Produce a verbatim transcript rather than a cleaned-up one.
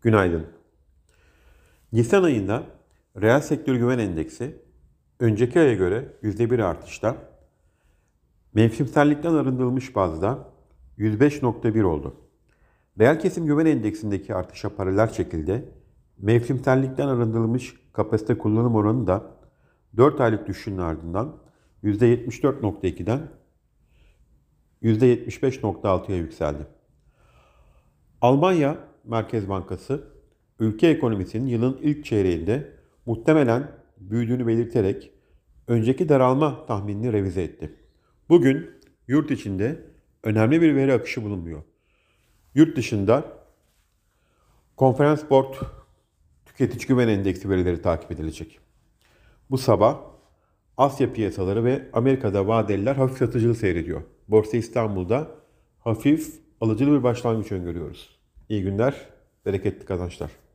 Günaydın. Nisan ayında reel sektör güven endeksi önceki aya göre yüzde bir artışta, mevsimsellikten arındırılmış bazda yüz beş nokta bir oldu. Reel kesim güven endeksindeki artışa paralel şekilde mevsimsellikten arındırılmış kapasite kullanım oranı da dört aylık düşüşün ardından yüzde yetmiş dört nokta ikiden yüzde yetmiş beş nokta altıya yükseldi. Almanya Merkez Bankası, ülke ekonomisinin yılın ilk çeyreğinde muhtemelen büyüdüğünü belirterek önceki daralma tahminini revize etti. Bugün yurt içinde önemli bir veri akışı bulunmuyor. Yurt dışında Conference Board Tüketici Güven Endeksi verileri takip edilecek. Bu sabah Asya piyasaları ve Amerika'da vadeliler hafif satıcılı seyrediyor. Borsa İstanbul'da hafif alıcılı bir başlangıç öngörüyoruz. İyi günler, bereketli kazançlar.